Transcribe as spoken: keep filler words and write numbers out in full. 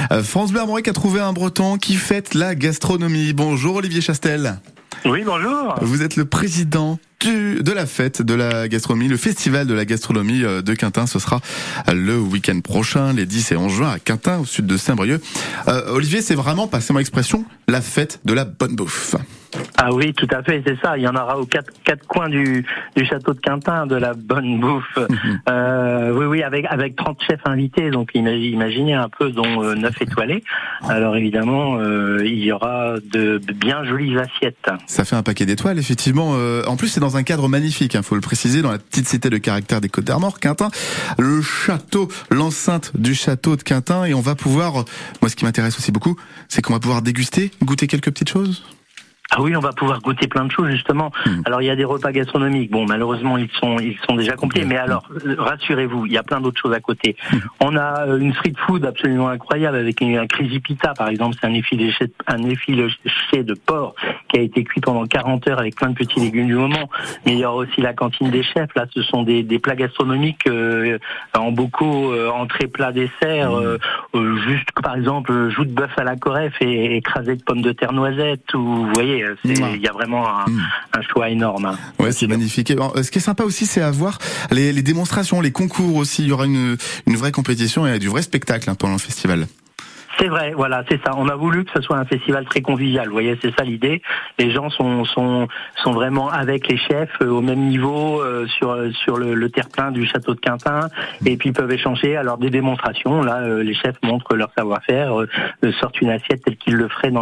Euh, France Bleu Armorique a trouvé un Breton qui fête la gastronomie. Bonjour Olivier Chastel. Oui, bonjour. Vous êtes le président du, de la fête de la gastronomie, le festival de la gastronomie de Quintin. Ce sera le week-end prochain, les dix et onze juin à Quintin, au sud de Saint-Brieuc. Euh, Olivier, c'est vraiment, passez-moi l'expression, la fête de la bonne bouffe. Ah oui, tout à fait, c'est ça. Il y en aura aux quatre, quatre coins du, du château de Quintin, de la bonne bouffe. euh, oui, oui, avec avec trente chefs invités, donc imaginez un peu, dont euh, neuf étoilés. Alors évidemment, euh, il y aura de bien jolies assiettes. Ça fait un paquet d'étoiles, effectivement. Euh, en plus, c'est dans un cadre magnifique, hein, faut le préciser, dans la petite cité de caractère des Côtes d'Armor, Quintin, le château, l'enceinte du château de Quintin, et on va pouvoir, moi ce qui m'intéresse aussi beaucoup, c'est qu'on va pouvoir déguster, goûter quelques petites choses. Ah oui, on va pouvoir goûter plein de choses justement. Mmh. Alors il y a des repas gastronomiques. Bon, malheureusement ils sont ils sont déjà complets. Mais alors rassurez-vous, il y a plein d'autres choses à côté. Mmh. On a une street food absolument incroyable avec un crazy pizza par exemple. C'est un effiloché un effiloché de porc qui a été cuit pendant quarante heures avec plein de petits légumes du moment. Mais il y aura aussi la cantine des chefs. Là, ce sont des des plats gastronomiques euh, en bocaux, euh, entrée, plat, dessert. Euh, euh, juste par exemple joue de bœuf à la corèfe et écrasé de pommes de terre noisettes. Ou vous voyez. Il y a vraiment un, mmh. un choix énorme. Hein. Ouais, c'est magnifique. Et ce qui est sympa aussi, c'est à voir les, les démonstrations, les concours aussi. Il y aura une, une vraie compétition et du vrai spectacle hein, pendant le festival. C'est vrai, voilà, c'est ça. On a voulu que ce soit un festival très convivial. Vous voyez, c'est ça l'idée. Les gens sont sont sont vraiment avec les chefs euh, au même niveau euh, sur sur le, le terre-plein du château de Quintin, et puis peuvent échanger. Alors des démonstrations. Là, euh, les chefs montrent leur savoir-faire, euh, sortent une assiette telle qu'ils le feraient dans